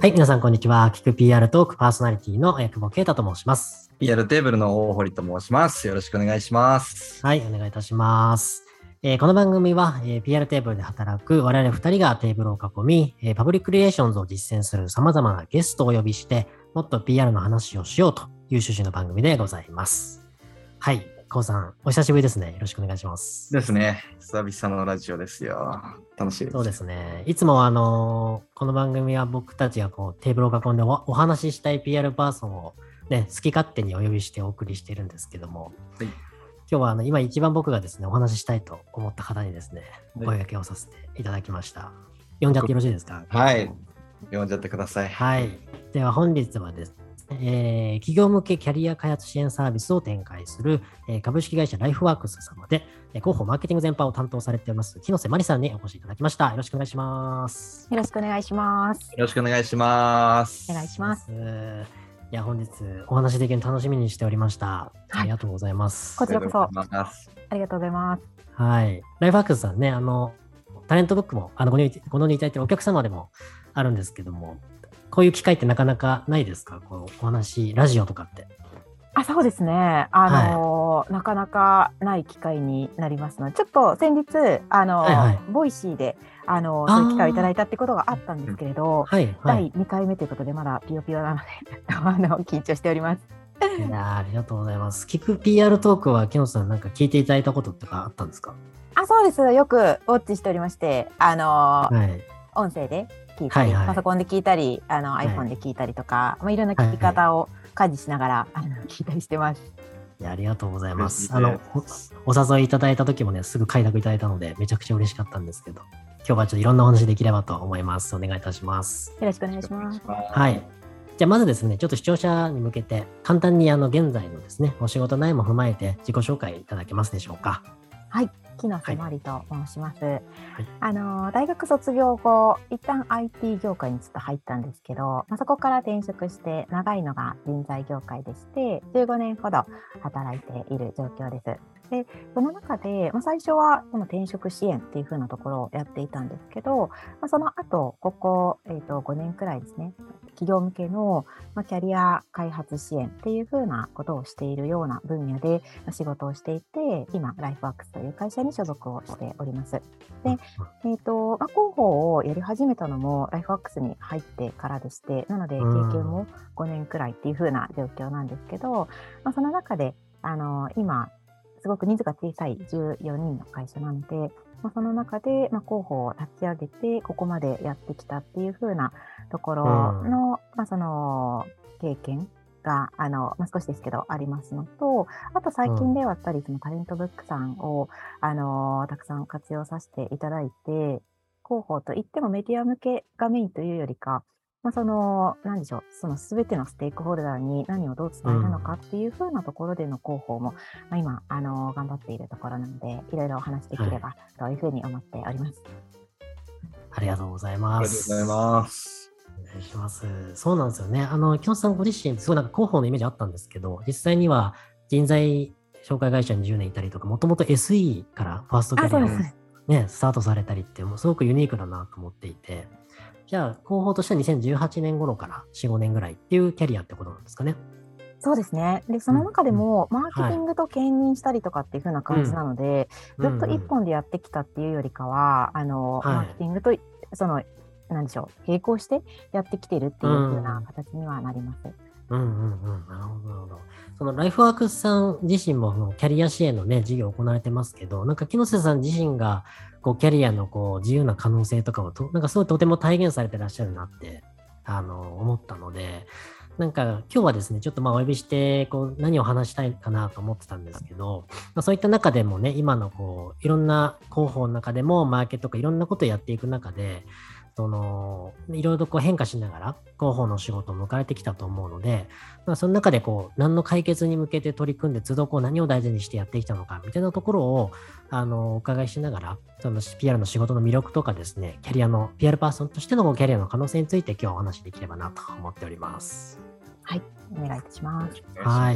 はい、皆さんこんにちは。聞く PR トークパーソナリティの久保啓太と申します。 PR テーブルの大堀と申します。よろしくお願いします。 はい、お願いいたします。この番組は、PR テーブルで働く我々2人がテーブルを囲み、パブリックリレーションズを実践する様々なゲストをお呼びして、もっと PR の話をしようという趣旨の番組でございます。はい、久保さん、お久しぶりですね。よろしくお願いします。 ですね。久々のラジオですよ。楽しいです。 そうですね。いつもこの番組は僕たちがテーブルを囲んでお話ししたい PR パーソンをね、好き勝手にお呼びしてお送りしているんですけども、はい、今日は今一番僕がですね、お話ししたいと思った方にですね、お声掛けをさせていただきました。呼んじゃってよろしいですか？ はい。呼んじゃってください。 はい。では本日はですね、企業向けキャリア開発支援サービスを展開する、株式会社ライフワークス様で、広報マーケティング全般を担当されています木瀬真理さんにお越しいただきました。よろしくお願いします。 よろしくお願いします。 よろしくお願いします。 お願いします。 いや、本日お話できるの楽しみにしておりまありがとうございます。 こちらこそありがとうございます。 はい。ライフワークスさんね、タレントブックもご納入いただいているお客様でもあるんですけども、こういう機会ってなかなかないですか？お話、ラジオとかって。 そうですね。なかなかない機会になりますので、ちょっと先日ボイシーでそういう機会をいただいたってことがあったんですけれど、第2回目ということでまだピヨピヨなので緊張しております。 いやありがとうございます。聞く PR トークは木野さんなんか聞いていただいたこととかあったんですか？ そうです。よくウォッチしておりまして、音声で聞いたり、パソコンで聞いたり、iPhone で聞いたりとか、いろんな聞き方を家事しながら聞いたりしてます。 いや、ありがとうございます。お誘いいただいた時もね、すぐ快諾いただいたので、めちゃくちゃ嬉しかったんですけど、今日はちょっといろんなお話できればと思います。お願いいたします。 よろしくお願いします。 はい。じゃあまずですね、ちょっと視聴者に向けて、簡単に現在のですね、お仕事内容も踏まえて自己紹介いただけますでしょうか。 はい。木野瀬真理と申します。大学卒業後、一旦 IT 業界にちょっと入ったんですけど、そこから転職して長いのが人材業界でして、15年ほど働いている状況です。で、その中で、最初はこの転職支援っていう風なところをやっていたんですけど、その後、ここ、5年くらいですね、企業向けの、キャリア開発支援っていう風なことをしているような分野で仕事をしていて、今、ライフワークスという会社に所属をしております。で、広報をやり始めたのもライフワークスに入ってからでして、なので経験も5年くらいっていう風な状況なんですけど、その中で、今、すごく人数が小さい14人の会社なので、その中で、広報を立ち上げて、ここまでやってきたっていう風なところの、その経験が少しですけどありますのと、あと最近ではやっぱりそのタレントブックさんをたくさん活用させていただいて、広報といってもメディア向けがメインというよりか、何でしょう、その全てのステークホルダーに何をどう伝えるのかっていう風なところでの広報も、今頑張っているところなので、いろいろお話できればというふうに思っております。 ありがとうございます。 ありがとうございます。 お願いします。そうなんですよね。木野さんご自身、すごい広報のイメージあったんですけど、実際には人材紹介会社に10年いたりとか、もともと SE からファーストキャリアをね、スタートされたりって、もうすごくユニークだなと思っていて、じゃあ、広報としては2018年頃から4、5年ぐらいっていうキャリアってことなんですかね。 そうですね。で、その中でも、マーケティングと兼任したりとかっていう風な感じなので、ずっと一本でやってきたっていうよりかは、マーケティングと、なんでしょう、並行してやってきているっていう風な形にはなります。 なるほど、なるほど。そのライフワークスさん自身もキャリア支援のね、事業を行われてますけど、木瀬さん自身がキャリアの自由な可能性とかをすごいとても体現されてらっしゃるなって思ったので、今日はですね、ちょっとお呼びして何を話したいかなと思ってたんですけど、そういった中でもね、今のいろんな広報の中でもマーケットとかいろんなことをやっていく中で、いろいろと変化しながら広報の仕事を迎えてきたと思うので、その中で何の解決に向けて取り組んで都度何を大事にしてやってきたのかみたいなところをお伺いしながら、その PR の仕事の魅力とかですね、キャリアの PR パーソンとしてのキャリアの可能性について今日お話しできればなと思っております。 はい、お願いいたします。 はい。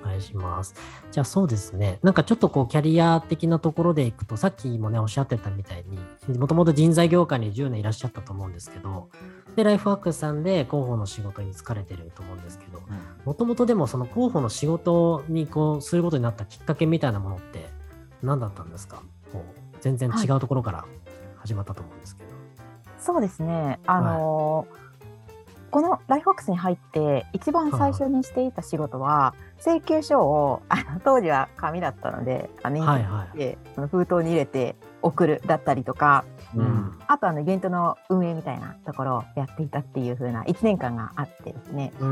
願いします。じゃあそうですね。なんかちょっとこうキャリア的なところでいくと、さっきもね、おっしゃってたみたいに、もともと人材業界に10年いらっしゃったと思うんですけど、で、ライフワークスさんで広報の仕事に就かれてると思うんですけど、もともとでもその広報の仕事にこうすることになったきっかけみたいなものって何だったんですか？こう全然違うところから始まったと思うんですけど。 そうですね。このライフワークスに入って一番最初にしていた仕事は、請求書を当時は紙だったので印刷してその封筒に入れて送るだったりとか、あとイベントの運営みたいなところをやっていたっていう風な1年間があってですね。そ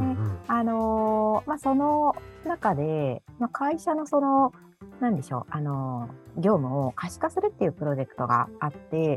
の中で、会社の何でしょう、業務を可視化するっていうプロジェクトがあって、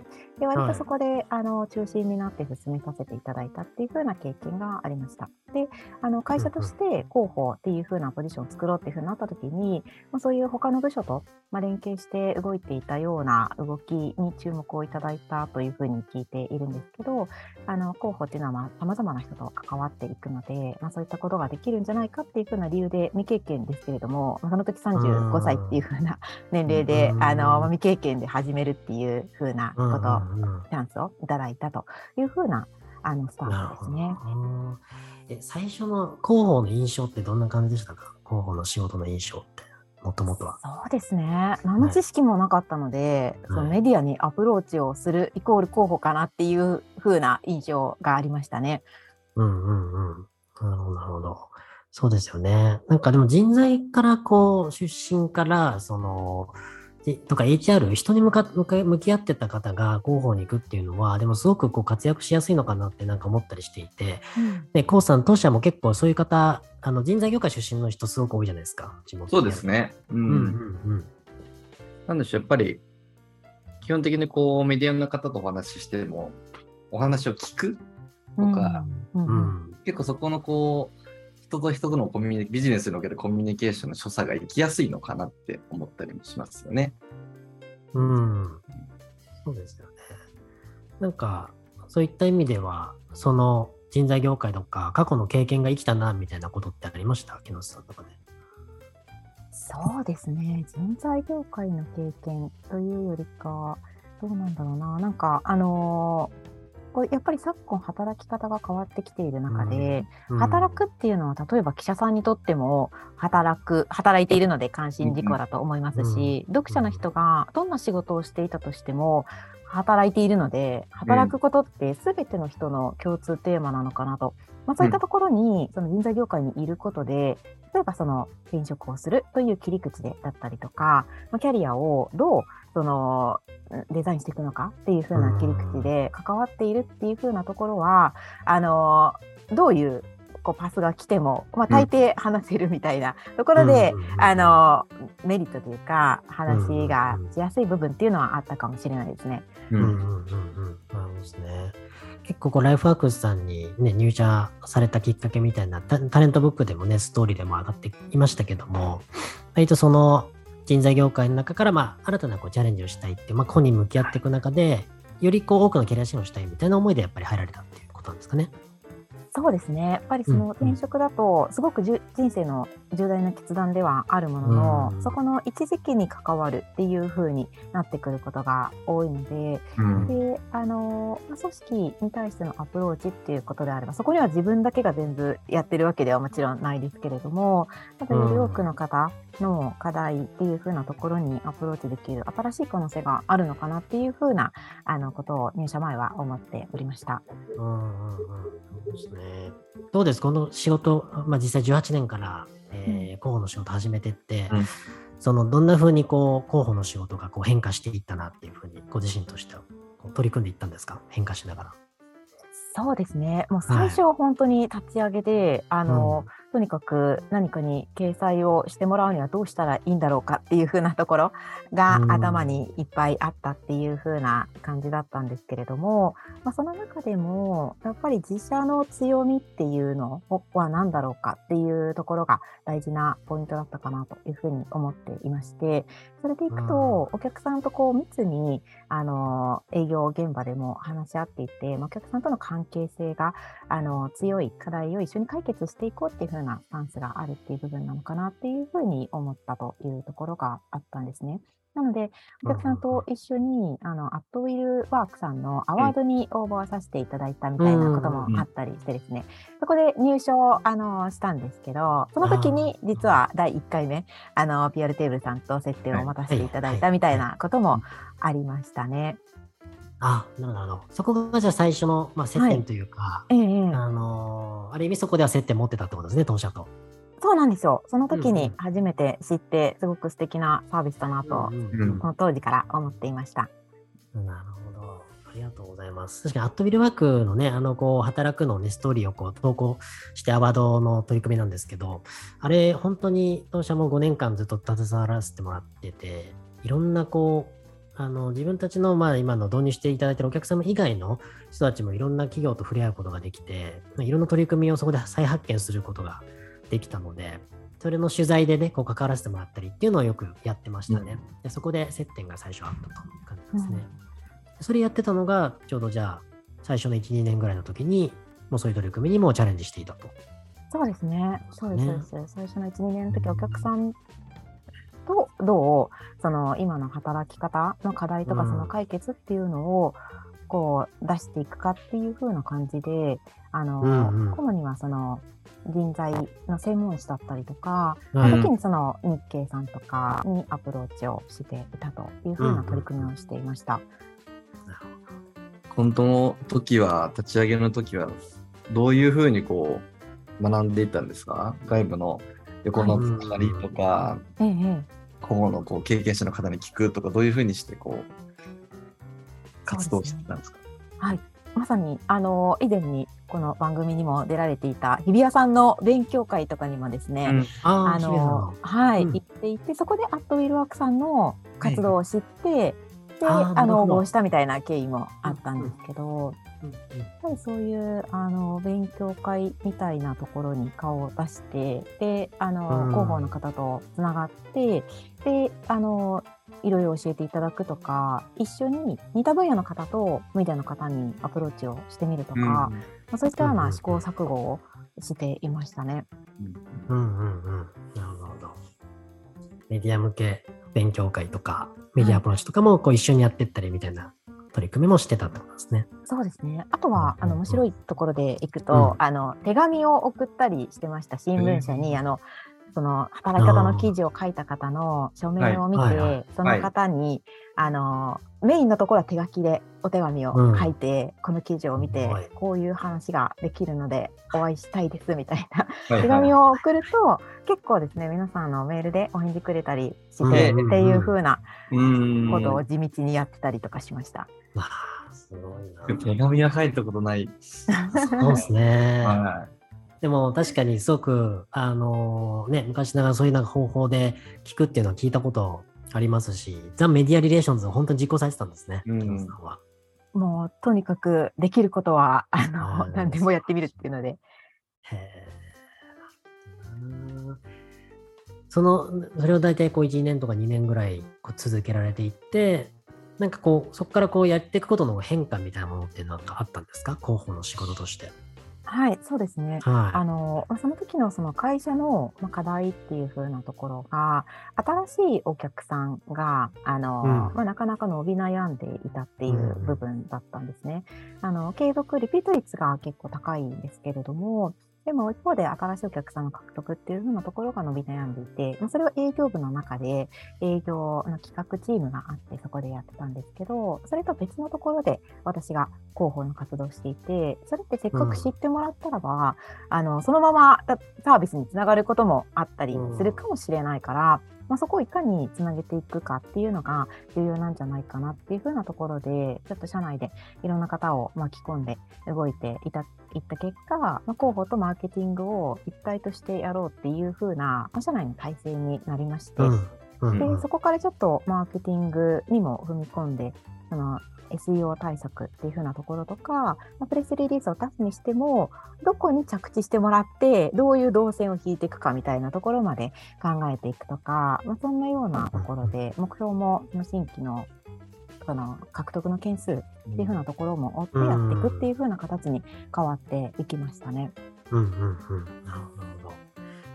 で割とそこで、中心になって進めさせていただいたっていう風な経験がありました。で、会社として広報っていう風なポジションを作ろうっていう風になった時に、そういう他の部署と連携して動いていたような動きに注目をいただいたという風に聞いているんですけど、広報っていうのは様々な人と関わっていくので、そういったことができるんじゃないかっていう風な理由で未経験ですけれども、その時35歳っていう風な年齢で未経験で始めるっていう風なこと、チャンスをいただいたという風なスタートですね。 最初の広報の印象ってどんな感じでしたか？広報の仕事の印象って。もともとは。 そうですね。何の知識もなかったので、そのメディアにアプローチをするイコール候補かなっていう風な印象がありましたね。 なるほど。そうですよね。なんかでも人材から出身からとか HR、人に向き合ってた方が広報に行くっていうのは、でもすごく活躍しやすいのかなってなんか思ったりしていて、で、コウさん、当社も結構そういう方、人材業界出身の人すごく多いじゃないですか。 そうですね。なんでしょう、やっぱり、基本的にメディアの方とお話ししても、お話を聞くとか、結構そこの人と人とのビジネスにおけるコミュニケーションの所作が生きやすいのかなって思ったりもしますよね。 そうですよね。なんか、そういった意味では、その人材業界とか、過去の経験が生きたな、みたいなことってありました？木下さんとかで。 そうですね。人材業界の経験というよりか、どうなんだろうな。なんか、やっぱり昨今働き方が変わってきている中で、働くっていうのは例えば記者さんにとっても働いているので関心事項だと思いますし、読者の人がどんな仕事をしていたとしても働いているので、働くことって全ての人の共通テーマなのかなと、そういったところにその人材業界にいることで、例えば転職をするという切り口でだったりとか、キャリアをどうデザインしていくのかっていう風な切り口で関わっているっていう風なところは、どういうパスが来ても、大抵話せるみたいなところで、メリットというか話がしやすい部分っていうのはあったかもしれないですね。 なるほどですね。結構ライフワークスさんに、ね、入社されたきっかけみたいなタレントブックでもね、ストーリーでも上がっていましたけども、割とその人材業界の中から新たなチャレンジをしたいって、個に向き合っていく中で、より多くのキャリア支援をしたいみたいな思いでやっぱり入られたっていうことなんですかね。 そうですね。やっぱりその転職だとすごく人生の重大な決断ではあるものの、そこの一時期に関わるっていう風になってくることが多いので、で組織に対してのアプローチっていうことであれば、そこには自分だけが全部やってるわけではもちろんないですけれども、ただより多くの方の課題っていう風なところにアプローチできる新しい可能性があるのかなっていう風なことを入社前は思っておりました。 どうですこの仕事、実際18年から、広報の仕事始めてって、どんな風に広報の仕事が変化していったなっていう風にご自身としては取り組んでいったんですか？変化しながら。 そうですね。もう最初は本当に立ち上げで、とにかく何かに掲載をしてもらうにはどうしたらいいんだろうかっていう風なところが頭にいっぱいあったっていう風な感じだったんですけれども、その中でもやっぱり自社の強みっていうのは何だろうかっていうところが大事なポイントだったかなという風に思っていまして、それでいくとお客さんと密に営業現場でも話し合っていて、お客さんとの関係性が強い課題を一緒に解決していこうっていう風風なスタンスがあるっていう部分なのかなっていうふうに思ったというところがあったんですね。なので、お客さんと一緒に、アットウィルワークさんのアワードに応募させていただいたみたいなこともあったりしてですね、そこで入賞、したんですけど、その時に実は第1回目、PR テーブルさんと接点を持たせていただいたみたいなこともありましたね。 なるほど。そこがじゃあ最初の、接点というか、ある意味そこでは接点持ってたってことですね、当社と。 そうなんですよ。その時に初めて知って、すごく素敵なサービスだなと、この当時から思っていました。 なるほど。ありがとうございます。確かにアットビルワークのね、働くのね、ストーリーを投稿してアワードの取り組みなんですけど、あれ、本当に当社も5年間ずっと携わらせてもらってて、いろんな自分たちの今の導入していただいているお客様以外の人たちもいろんな企業と触れ合うことができて、いろんな取り組みをそこで再発見することができたので、それの取材でね、関わらせてもらったりっていうのをよくやってましたね。でそこで接点が最初あったという感じですね。それやってたのが、ちょうどじゃあ、最初の1、2年ぐらいの時に、もうそういう取り組みにもチャレンジしていたと。 そうですね。そうです。最初の1、2年の時、お客さんとどう今の働き方の課題とかその解決っていうのを出していくかっていう風な感じで、主には人材の専門誌だったりとか、時に日経さんとかにアプローチをしていたという風な取り組みをしていました。 本当の時は、立ち上げの時はどういう風に学んでいったんですか？外部の横のつながりとか、個々の経験者の方に聞くとか、どういう風にして活動してたんですか？ はい、まさに以前にこの番組にも出られていた日比谷さんの勉強会とかにもですね、行っていて、そこでアットウィルワークさんの活動を知って、で応募したみたいな経緯もあったんですけど、やっぱりそういう勉強会みたいなところに顔を出して、で広報の方とつながって、でいろいろ教えていただくとか、一緒に似た分野の方とメディアの方にアプローチをしてみるとか、そういったような試行錯誤をしていましたね。 なるほど。メディア向け勉強会とかメディアアプローチとかも一緒にやってったりみたいな取り組みもしてたってことですね。 そうですね。あとは面白いところでいくと、手紙を送ったりしてました。新聞社にその働き方の記事を書いた方の署名を見て、その方にメインのところは手書きでお手紙を書いて、この記事を見てこういう話ができるのでお会いしたいですみたいな手紙を送ると、結構ですね、皆さんメールでお返事くれたりしてっていう風なことを地道にやってたりとかしました。 すごいな。 手紙は書いたことない。 そうですね。でも確かにすごく昔ながらそういう方法で聞くっていうのは聞いたことありますし、ザ・メディア・リレーションズを本当に実行されてたんですね。 もうとにかくできることは何でもやってみるっていうので。 それを大体1、2年とか2年ぐらい続けられていって、なんかそこからやっていくことの変化みたいなものって何かあったんですか？広報の仕事として。 はい、そうですね。その時の会社の課題っていう風なところが、新しいお客さんがなかなか伸び悩んでいたっていう部分だったんですね。継続リピート率が結構高いんですけれども、でも一方で新しいお客さんの獲得っていう風なところが伸び悩んでいて、それを営業部の中で営業の企画チームがあってそこでやってたんですけど、それと別のところで私が広報の活動をしていて、それってせっかく知ってもらったらば、そのままサービスにつながることもあったりするかもしれないから、そこをいかにつなげていくかっていうのが重要なんじゃないかなっていう風なところで、ちょっと社内でいろんな方を巻き込んで動いていった結果、広報とマーケティングを一体としてやろうっていう風な社内の体制になりまして、でそこからちょっとマーケティングにも踏み込んで、SEO 対策っていう風なところとか、プレスリリースを出すにしても、どこに着地してもらって、どういう動線を引いていくかみたいなところまで考えていくとか、そんなようなところで、目標も新規の獲得の件数っていう風なところも追ってやっていくっていう風な形に変わっていきましたね。 なるほど。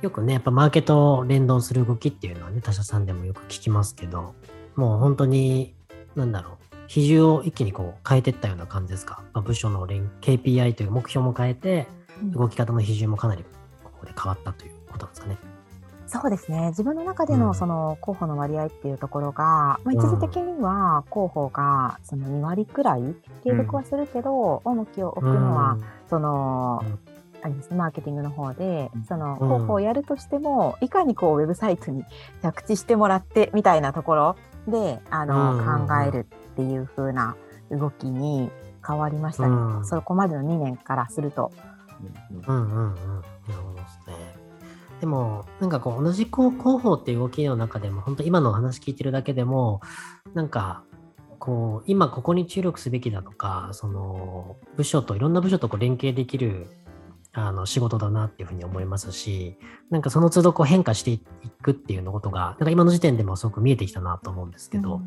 よくね、やっぱマーケットを連動する動きっていうのはね、他社さんでもよく聞きますけど、もう本当に、なんだろう、比重を一気にこう変えていったような感じですか。部署のKPI という目標も変えて、動き方の比重もかなりここで変わったということですかね。 そうですね。自分の中でのその候補の割合っていうところが、一時的には候補がその2割くらい継続はするけど、重きを置くのはその、あれですね、マーケティングの方で、その候補をやるとしても、いかにこうウェブサイトに着地してもらってみたいなところで考えるっていう風な動きに変わりましたね。そこまでの2年からすると。 なるほどですね。でも、なんかこう、同じ広報っていう動きの中でも、本当今のお話聞いてるだけでも、なんか、こう、今ここに注力すべきだとか、その、いろんな部署とこう連携できる、仕事だなっていうふうに思いますし、なんかその都度こう変化していくっていうのことが、なんか今の時点でもすごく見えてきたなと思うんですけど、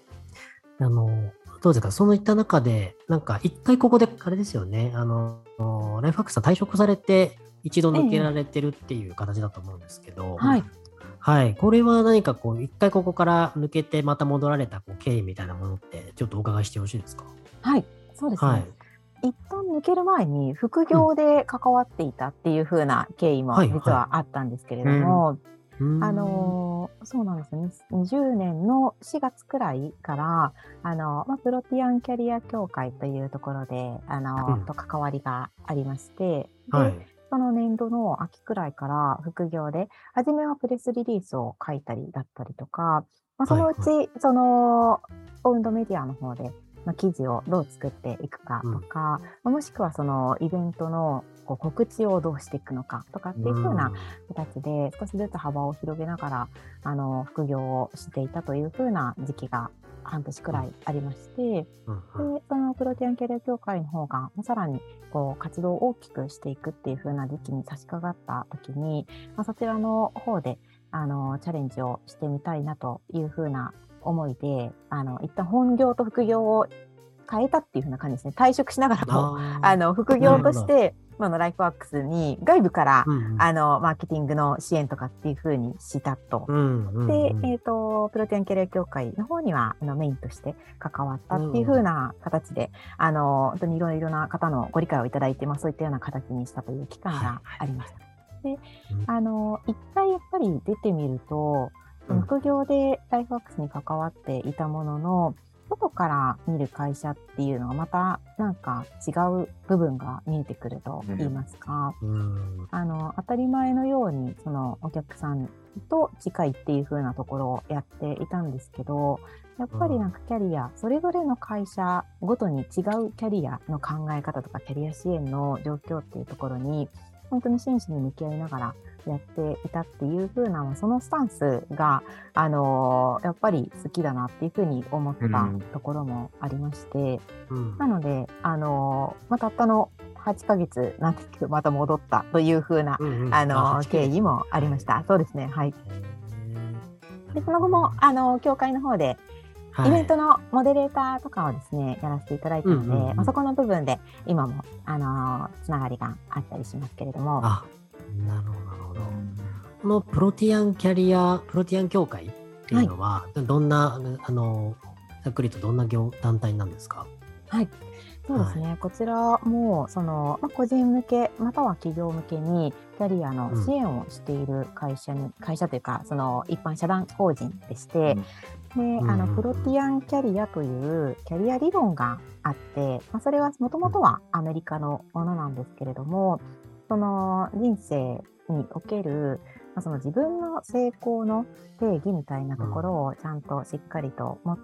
どうですか、そういった中で、なんか一回ここで、あれですよね、ライフワークさん退職されて、一度抜けられてるっていう形だと思うんですけど、はい。これは何かこう、一回ここから抜けてまた戻られたこう経緯みたいなものって、ちょっとお伺いしてよろしいですか？ はい、そうですね。一旦抜ける前に副業で関わっていたっていう風な経緯も実はあったんですけれども、そうなんですよね。20年の4月くらいから、プロティアンキャリア協会というところで、と関わりがありまして、で、その年度の秋くらいから副業で、初めはプレスリリースを書いたりだったりとか、そのうち、その、オウンドメディアの方で、記事をどう作っていくかとか、もしくはそのイベントの告知をどうしていくのかとかっていう風な形で少しずつ幅を広げながら副業をしていたという風な時期が半年くらいありまして、でそのプロティアンキャリア協会の方がさらに活動を大きくしていくっていう風な時期に差し掛かった時に、そちらの方でチャレンジをしてみたいなという風な思いで一旦本業と副業を変えたっていう風な感じですね。退職しながらも副業としてライフワークスに外部から、マーケティングの支援とかっていう風にしたと。で、プロティアンキャリア協会の方にはメインとして関わったっていう風な形で、本当にいろいろな方のご理解をいただいて、そういったような形にしたという期間がありました。で、一回やっぱり出てみると、副業でライフワークスに関わっていたものの、外から見る会社っていうのはまたなんか違う部分が見えてくると言いますか、当たり前のようにそのお客さんと近いっていう風なところをやっていたんですけど、やっぱりなんかキャリア、それぞれの会社ごとに違うキャリアの考え方とかキャリア支援の状況っていうところに本当に真摯に向き合いながらやっていたっていう風な、そのスタンスが、やっぱり好きだなっていう風に思ったところもありまして、なので、たったの8ヶ月なんですけど、また戻ったという風な、経緯もありました。そうですね。はい。で、その後も、協会の方で、イベントのモデレーターとかをですね、やらせていただいたので、そこの部分で今も、つながりがあったりしますけれども。 なるほど。このプロティアン協会っていうのは、どんな、ざっくりとどんな団体なんですか？ はい。そうですね。こちらも、個人向け、または企業向けに、キャリアの支援をしている会社というか、その一般社団法人でして、で、プロティアンキャリアというキャリア理論があって、それはもともとはアメリカのものなんですけれども、その人生におけるその自分の成功の定義みたいなところをちゃんとしっかりと持って、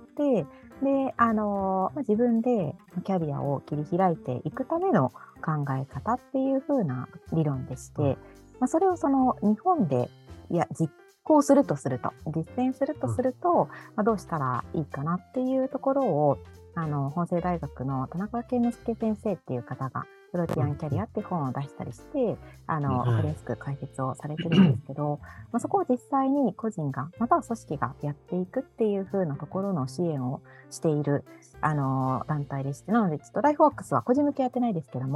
で、自分でキャリアを切り開いていくための考え方っていう風な理論でして、それをその日本で実行するとすると、実践するとすると、どうしたらいいかなっていうところを、法政大学の田中健之介先生っていう方が、プロティアンキャリアって本を出したりして、わかりやすく解説をされてるんですけど、そこを実際に個人が、または組織がやっていくっていう風なところの支援をしている、団体でして、なので、ちょっとライフワークスは個人向けやってないですけども、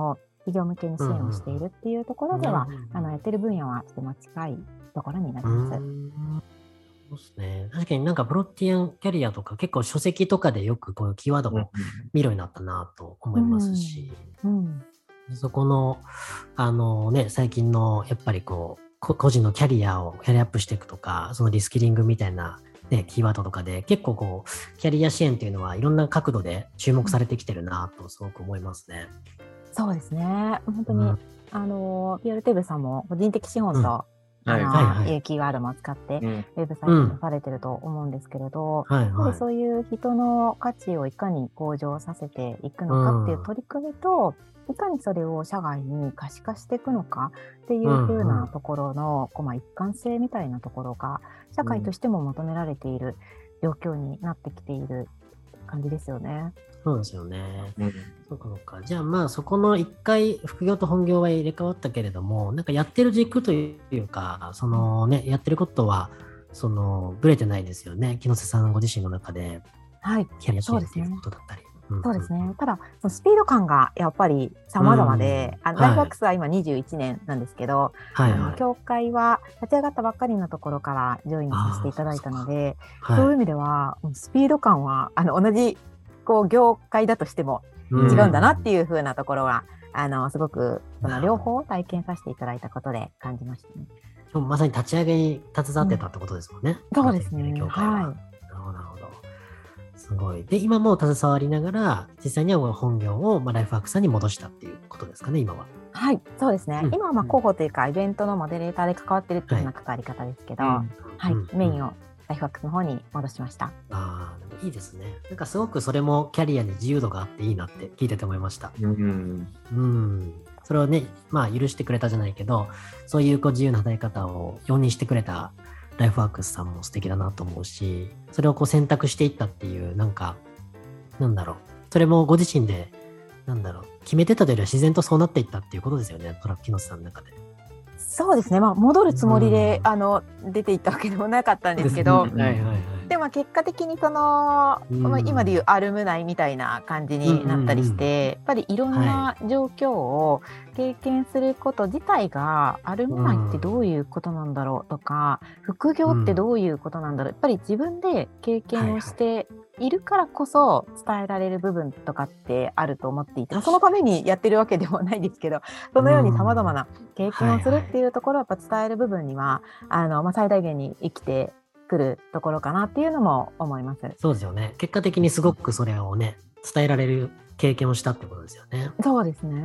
企業向けに支援をしているっていうところでは、やってる分野はとても近いところになります。 そうですね。確かになんかプロティアンキャリアとか結構書籍とかでよくこういうキーワードも見るようになったなと思いますし、そこの、最近のやっぱりこう、個人のキャリアをキャリアアップしていくとか、そのリスキリングみたいな、ね、キーワードとかで結構こう、キャリア支援っていうのはいろんな角度で注目されてきてるなとすごく思いますね。 そうですね。本当に、PRTV テーブさんも個人的資本と、いうキーワードも使って、ウェブサイトもされてると思うんですけれど、やっぱりそういう人の価値をいかに向上させていくのかっていう取り組みと、いかにそれを社外に可視化していくのかっていう風なところの、一貫性みたいなところが、社会としても求められている状況になってきている感じですよね。 そうですよね。そうか。じゃあまあそこの一回副業と本業は入れ替わったけれども、なんかやってる軸というか、そのね、やってることは、ブレてないですよね。木下さんご自身の中で、キャリア支援っていうことだったり。 そうですね。ただ、そのスピード感がやっぱり様々で、ライフワークスは今21年なんですけど、協会は立ち上がったばっかりのところからジョインさせていただいたので、そういう意味では、スピード感は、同じ業界だとしても違うんだなっていう風なところは、すごくその両方体験させていただいたことで感じましたね。 まさに立ち上げに携わってたってことですもんね。 そうですね。 協会は。なるほど。すごい。で、今も携わりながら、実際には本業をライフワークさんに戻したっていうことですかね、今は。 はい、そうですね。今は広報というか、イベントのモデレーターで関わってるっていうような関わり方ですけど、メインをライフワークスの方に戻しました。 いいですね。なんかすごくそれもキャリアに自由度があっていいなって聞いてて思いました。それをね、許してくれたじゃないけど、そういう自由な働き方を容認してくれたライフワークスさんも素敵だなと思うし、それを選択していったっていう、それもご自身で、決めてたというよりは自然とそうなっていったっていうことですよね、木下さんの中で。 そうですね。戻るつもりで、出ていったわけでもなかったんですけど、でも結果的に今でいうアルムナイみたいな感じになったりして、やっぱりいろんな状況を経験すること自体が、アルムナイってどういうことなんだろうとか、副業ってどういうことなんだろう、やっぱり自分で経験をしているからこそ伝えられる部分とかってあると思っていて、そのためにやってるわけでもないですけど、そのように様々な経験をするっていうところをやっぱ伝える部分には、最大限に生きてくるところかなっていうのも思います。 そうですよね。結果的にすごくそれをね、伝えられる経験をしたってことですよね。 そうですね。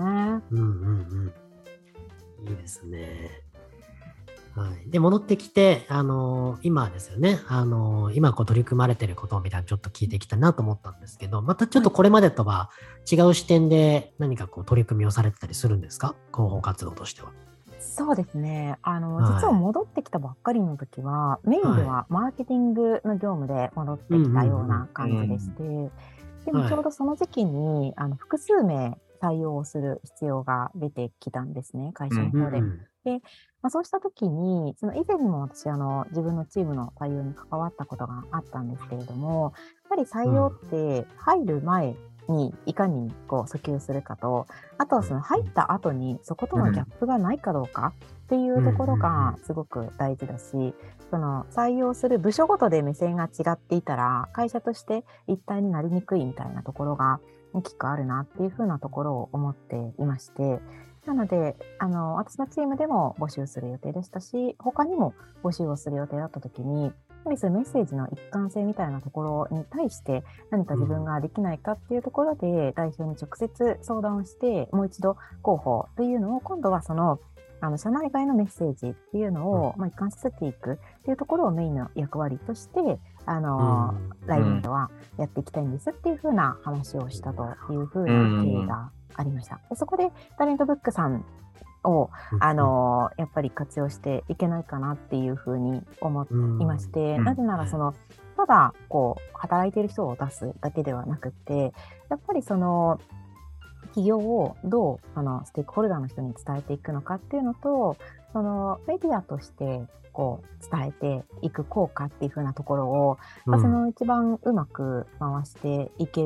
いいですね。で、戻ってきて、今ですよね。今取り組まれてることみたいなちょっと聞いてきたなと思ったんですけど、またちょっとこれまでとは違う視点で何か取り組みをされてたりするんですか？広報活動としては。 そうですね。実は戻ってきたばっかりの時は、メインではマーケティングの業務で戻ってきたような感じでして、でもちょうどその時期に、複数名採用をする必要が出てきたんですね、会社の方で。で、そうした時に、その以前にも私、自分のチームの採用に関わったことがあったんですけれども、やっぱり採用って入る前にいかに訴求するかと、あとはその入った後にそことのギャップがないかどうかっていうところがすごく大事だし、その採用する部署ごとで目線が違っていたら、会社として一体になりにくいみたいなところが大きくあるなっていうふうなところを思っていまして、なので、私のチームでも募集する予定でしたし、他にも募集をする予定だったときに、やはりそういうメッセージの一貫性みたいなところに対して何か自分ができないかっていうところで代表に直接相談をして、もう一度広報というのを今度はその社内外のメッセージっていうのを一貫させていくっていうところをメインの役割としてライブではやっていきたいんですっていうふうな話をしたというふうな経緯がありました。でそこでタレントブックさんをやっぱり活用していけないかなっていうふうに思いまして、なぜならただ働いている人を出すだけではなくて、やっぱり企業をどうステークホルダーの人に伝えていくのかっていうのと、メディアとして伝えていく効果っていう風なところを、一番うまく回していける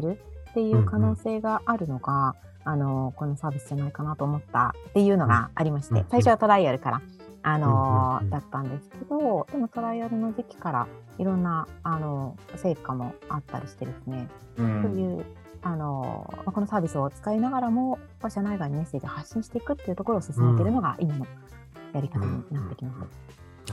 っていう可能性があるのが、このサービスじゃないかなと思ったっていうのがありまして、最初はトライアルから、だったんですけど、でもトライアルの時期からいろんな成果もあったりしてですね、そういうこのサービスを使いながらも社内外にメッセージを発信していくっていうところを進めているのが今のやり方になってきます。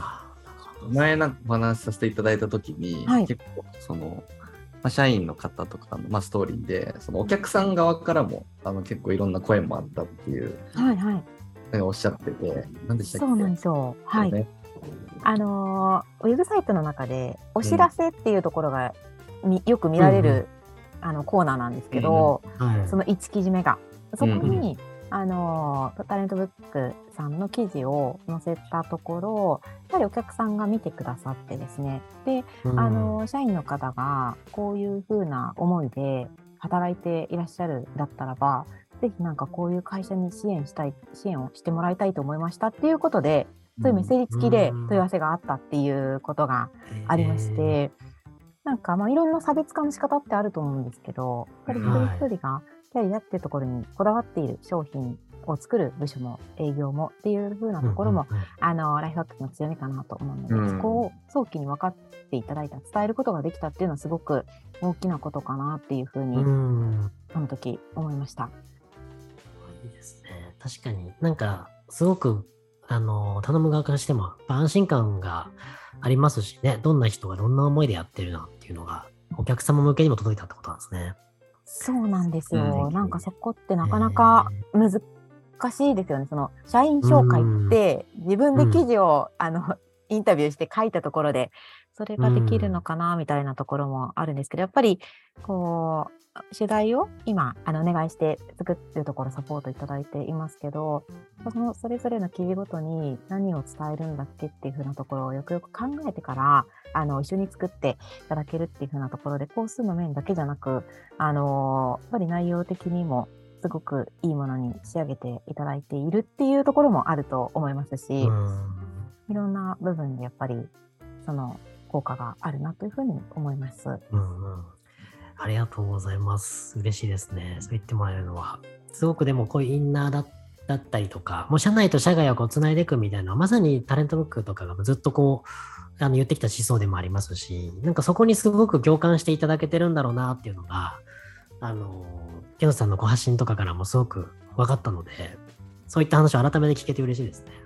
前なんかお話しさせていただいたときに、結構社員の方とかの、ストーリーでお客さん側からも結構いろんな声もあったっていう、おっしゃってて、何でしたっけ？ そうなんですよ。はい。ウェブサイトの中でお知らせっていうところがよく見られる、コーナーなんですけど、その1記事目がそこに、タレントブックさんの記事を載せたところ、やはりお客さんが見てくださってですね、で、社員の方がこういうふうな思いで働いていらっしゃるだったらば、ぜひなんかこういう会社に支援をしてもらいたいと思いましたっていうことで、そういうメッセージ付きで問い合わせがあったっていうことがありまして、なんかいろんな差別化の仕方ってあると思うんですけど、やっぱり一人一人がキャリアっていうところにこだわっている商品を作る部署も営業もっていう風なところも、ライフハックの強みかなと思うので、そこを早期に分かっていただいた、伝えることができたっていうのはすごく大きなことかなっていう風に、その時思いました。 いいですね。確かになんかすごく頼む側からしても安心感がありますしね、どんな人がどんな思いでやってるなっていうのがお客様向けにも届いたってことなんですね。 そうなんですよ。なんかそこってなかなか難しいですよね。その社員紹介って自分で記事をインタビューして書いたところでそれができるのかなみたいなところもあるんですけど、やっぱりこう取材を今お願いして作るところサポートいただいていますけど、それぞれの記事ごとに何を伝えるんだっけっていう風なところをよくよく考えてから一緒に作っていただけるっていう風なところで、工数の面だけじゃなくやっぱり内容的にもすごくいいものに仕上げていただいているっていうところもあると思いますし、いろんな部分でやっぱりその効果があるなというふうに思います。 ありがとうございます。嬉しいですね。そう言ってもらえるのは。すごくでもこういうインナーだったりとか、もう社内と社外をこうつないでいくみたいなのは、まさにタレントブックとかがずっとこう、言ってきた思想でもありますし、なんかそこにすごく共感していただけてるんだろうなっていうのが、木野さんのご発信とかからもすごく分かったので、そういった話を改めて聞けて嬉しいですね。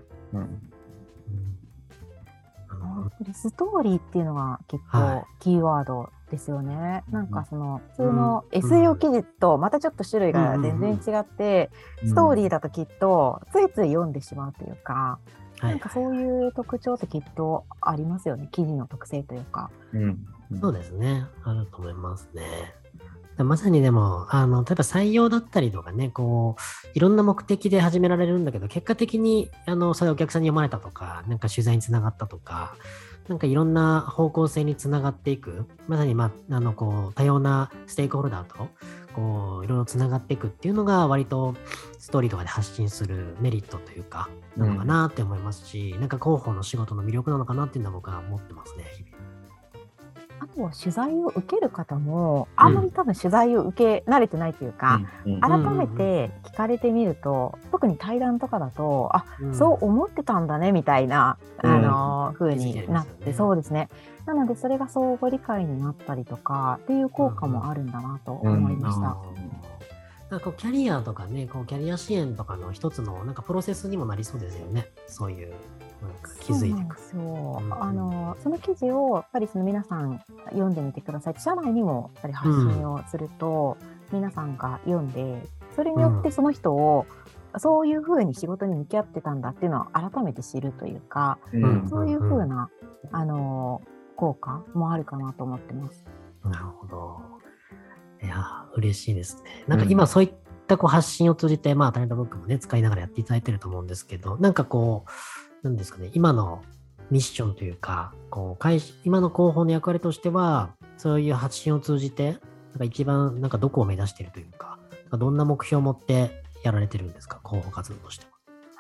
ストーリーっていうのが結構キーワードですよね。なんかその普通の SEO 記事とまたちょっと種類が全然違って、ストーリーだときっとついつい読んでしまうというか、なんかそういう特徴ってきっとありますよね。記事の特性というか。 そうですね。あると思いますね。まさにでも、例えば採用だったりとかね、こう、いろんな目的で始められるんだけど、結果的に、それお客さんに読まれたとか、なんか取材につながったとか、なんかいろんな方向性につながっていく、まさに、こう、多様なステークホルダーと、こう、いろいろつながっていくっていうのが、割とストーリーとかで発信するメリットというか、なのかなって思いますし、なんか広報の仕事の魅力なのかなっていうのは僕は思ってますね、日々。 あとは取材を受ける方もあんまり多分取材を受け慣れてないというか、改めて聞かれてみると、特に対談とかだとそう思ってたんだねみたいな風になって、そうですね。なのでそれが相互理解になったりとかっていう効果もあるんだなと思いました。 なんかこうキャリアとかね、こうキャリア支援とかの一つのなんかプロセスにもなりそうですよね。そういう気づいていく。 その記事をやっぱりその皆さん読んでみてください。社内にもやっぱり発信をすると、皆さんが読んで、それによってその人をそういうふうに仕事に向き合ってたんだっていうのを改めて知るというか、そういうふうな効果もあるかなと思ってます。 なるほど。いや、嬉しいですね。なんか今そういったこう発信を通じて、タレントブックもね、使いながらやっていただいてると思うんですけど、なんかこう、なんですかね、今のミッションというか、こう今の広報の役割としては、そういう発信を通じて、なんか一番なんかどこを目指しているというか、どんな目標を持ってやられてるんですか、広報活動としては。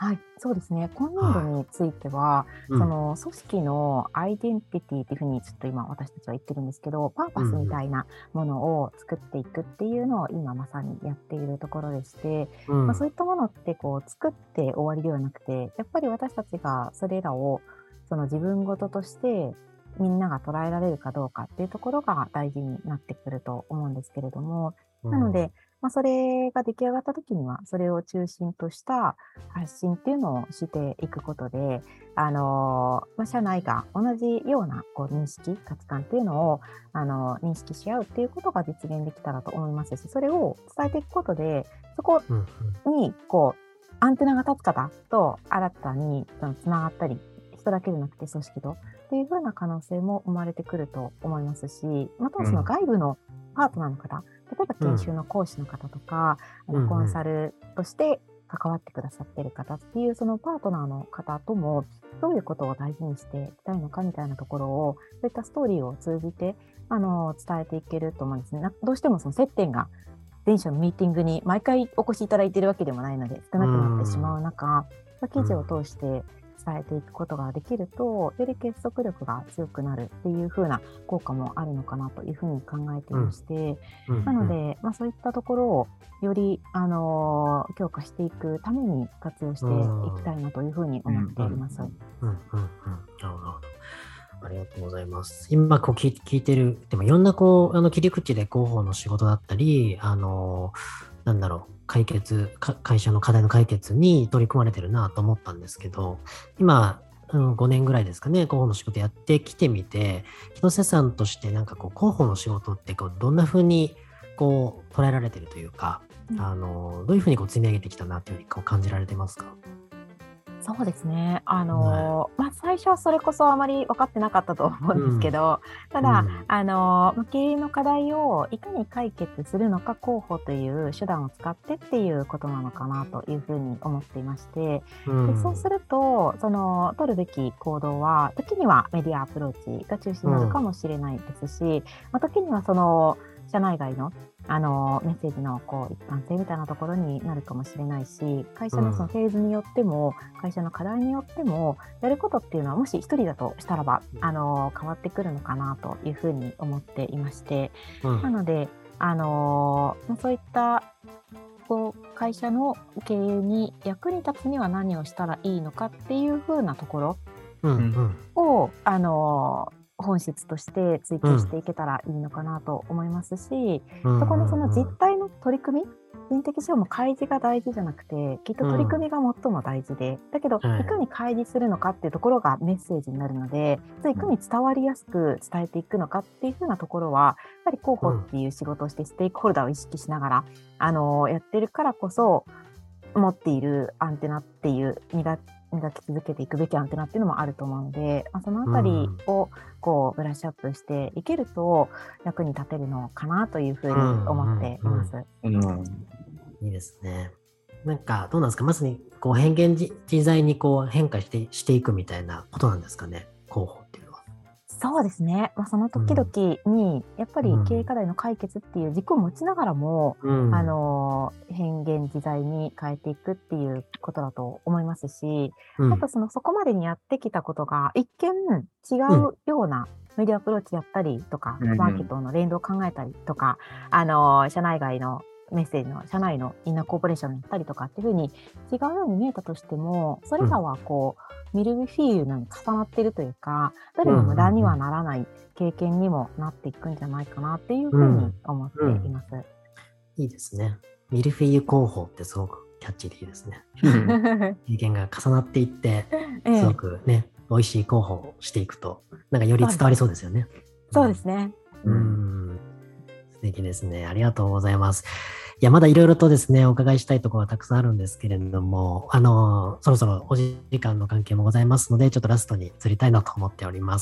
はい、そうですね。今年度については、その組織のアイデンティティっていうふうにちょっと今私たちは言ってるんですけど、パーパスみたいなものを作っていくっていうのを今まさにやっているところでして、そういったものってこう作って終わりではなくて、やっぱり私たちがそれらをその自分事としてみんなが捉えられるかどうかっていうところが大事になってくると思うんですけれども、なので、それが出来上がった時には、それを中心とした発信っていうのをしていくことで、社内が同じようなこう認識、価値観っていうのを認識し合うっていうことが実現できたらと思いますし、それを伝えていくことで、そこにこうアンテナが立つ方と新たにつながったり、人だけでなくて組織とっていう風な可能性も生まれてくると思いますし、またはその外部のパートナーの方、例えば研修の講師の方とか、コンサルとして関わってくださっている方っていうそのパートナーの方ともどういうことを大事にしていきたいのかみたいなところをそういったストーリーを通じて伝えていけると思うんですね。どうしてもその接点が前者のミーティングに毎回お越しいただいているわけでもないので少なくなってしまう中、記事を通して伝えていくことができると、より結束力が強くなるっていう風な効果もあるのかなというふうに考えていまして、なので、そういったところをより強化していくために活用していきたいなというふうに思っています。なるほど。 ありがとうございます。今こう聞いてる、でもいろんなこう切り口で広報の仕事だったり、なんだろう、会社の課題の解決に取り組まれてるなと思ったんですけど、今、5年ぐらいですかね、広報の仕事やってきてみて、木瀬さんとしてなんかこう広報の仕事ってこうどんな風にこう捉えられてるというか、どういう風にこう積み上げてきたなというふうにこう感じられてますか？ そうですね。最初はそれこそあまり分かってなかったと思うんですけど、ただ、経営の課題をいかに解決するのか、広報という手段を使ってっていうことなのかなというふうに思っていまして、でそうすると、取るべき行動は、時にはメディアアプローチが中心になるかもしれないですし、時には社内外のメッセージの一般性みたいなところになるかもしれないし、会社のそのフェーズによっても、会社の課題によっても、やることっていうのはもし一人だとしたらば、変わってくるのかなというふうに思っていまして、なので、そういった会社の経営に役に立つには何をしたらいいのかっていうふうなところを、本質として追求していけたらいいのかなと思いますし、そこのその実態の取り組み、人的資本も開示が大事じゃなくて、きっと取り組みが最も大事で、だけどいかに開示するのかっていうところがメッセージになるので、いかに伝わりやすく伝えていくのかっていうふうなところは、やっぱり広報っていう仕事をしてステークホルダーを意識しながらやってるからこそ持っているアンテナっていう磨き続けていくべきアンテナっていうのもあると思うので、そのあたりをブラッシュアップしていけると役に立てるのかなというふうに思っています。 いいですね。なんかどうなんですか、まさに変幻自在に変化していくみたいなことなんですかね、広報っていうのは。 そうですね。その時々にやっぱり経営課題の解決っていう軸を持ちながらも、変幻自在に変えていくっていうことだと思いますし、あとそこまでにやってきたことが一見違うようなメディアアプローチやったりとか、マーケットの連動を考えたりとか、社内外のメッセージの社内のインナーコーポレーションに行ったりとかっていうふうに違うように見えたとしても、それらはミルフィーユに重なっているというか、どれも無駄にはならない経験にもなっていくんじゃないかなっていうふうに思っています。 いいですね。ミルフィーユ広報ってすごくキャッチーでいいですね。経験が重なっていって、すごくね、美味しい広報をしていくと、なんかより伝わりそうですよね。 そうですね。 素敵ですね。ありがとうございます。いや、まだいろいろとですね、お伺いしたいところがたくさんあるんですけれども、そろそろお時間の関係もございますので、ちょっとラストに移りたいなと思っております。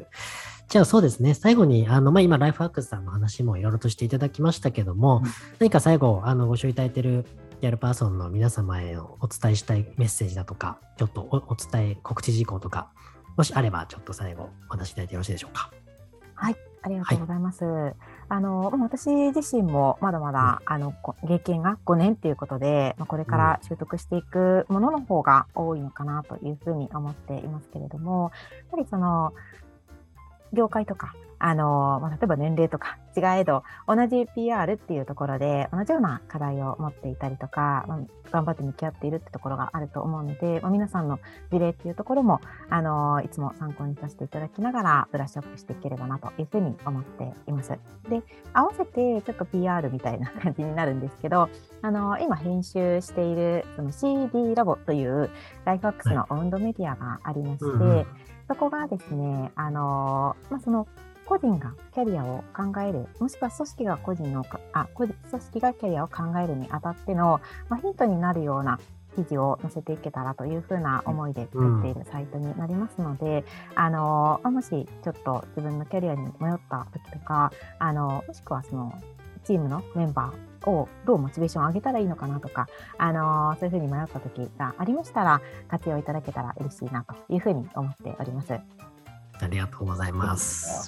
じゃあそうですね、最後に、今、ライフワークスさんの話もいろいろとしていただきましたけども、何か最後、ご視聴いただいているPRパーソンの皆様へお伝えしたいメッセージだとか、ちょっとお伝え、告知事項とか、もしあれば、ちょっと最後、お話しいただいてよろしいでしょうか。 はい。 ありがとうございます。私自身もまだまだ、経験が5年ということで、これから習得していくものの方が多いのかなというふうに思っていますけれども、やはりその業界とか、例えば年齢とか違えど、同じ PR っていうところで同じような課題を持っていたりとか、頑張って向き合っているってところがあると思うので、皆さんの事例っていうところも、いつも参考にさせていただきながらブラッシュアップしていければなというふうに思っています。で、合わせてちょっと PR みたいな感じになるんですけど、今編集しているその CD ラボというライフワークスのオウンドメディアがありまして、そこがですね、その個人がキャリアを考える、もしくは組織が組織がキャリアを考えるにあたっての、ヒントになるような記事を載せていけたらというふうな思いで作っているサイトになりますので、もしちょっと自分のキャリアに迷った時とか、もしくはそのチームのメンバーをどうモチベーションを上げたらいいのかなとか、そういうふうに迷った時がありましたら活用いただけたら嬉しいなというふうに思っております。 ありがとうございます。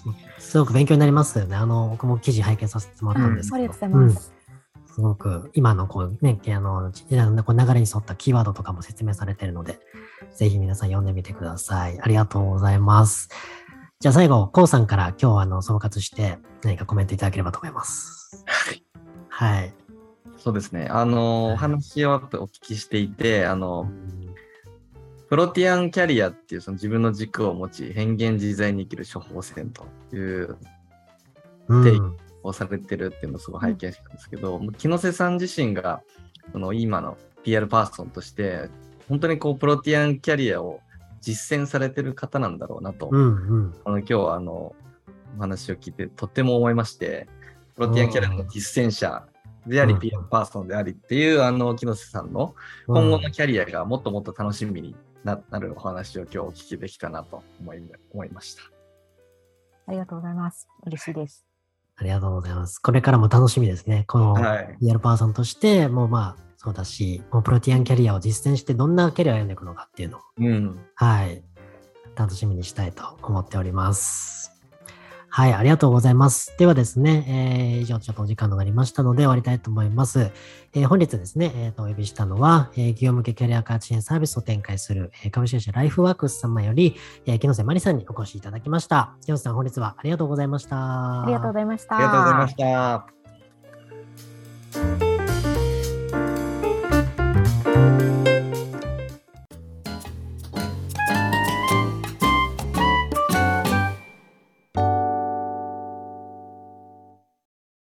すごく勉強になりますよね。僕も記事拝見させてもらったんですけど、 ありがとうございます。 すごく今の流れに沿ったキーワードとかも説明されているので、ぜひ皆さん読んでみてください。ありがとうございます。じゃあ最後、コウさんから今日総括して何かコメントいただければと思います。はい。 そうですね。お話をお聞きしていて、プロティアンキャリアっていうその自分の軸を持ち、変幻自在に生きる処方箋という定義をされてるっていうのをすごい拝見したんですけど、木瀬さん自身が今の PR パーソンとして本当にプロティアンキャリアを実践されてる方なんだろうなと、今日お話を聞いてとっても思いまして、プロティアンキャリアの実践者であり PR パーソンでありっていう木瀬さんの今後のキャリアがもっともっと楽しみになるお話を今日お聞きできたなと思いました。 ありがとうございます。嬉しいです。 ありがとうございます。これからも楽しみですね。この PR パーソンとしてもそうだし、プロティアンキャリアを実践してどんなキャリアを歩んでいくのかっていうのを、楽しみにしたいと思っております。はい、ありがとうございます。ではですね、以上ちょっとお時間となりましたので終わりたいと思います。本日ですね、お呼びしたのは、企業向けキャリア開発支援サービスを展開する、株式会社ライフワークス様より、木瀬まりさんにお越しいただきました。木瀬さん、本日はありがとうございました。 ありがとうございました。 ありがとうございました。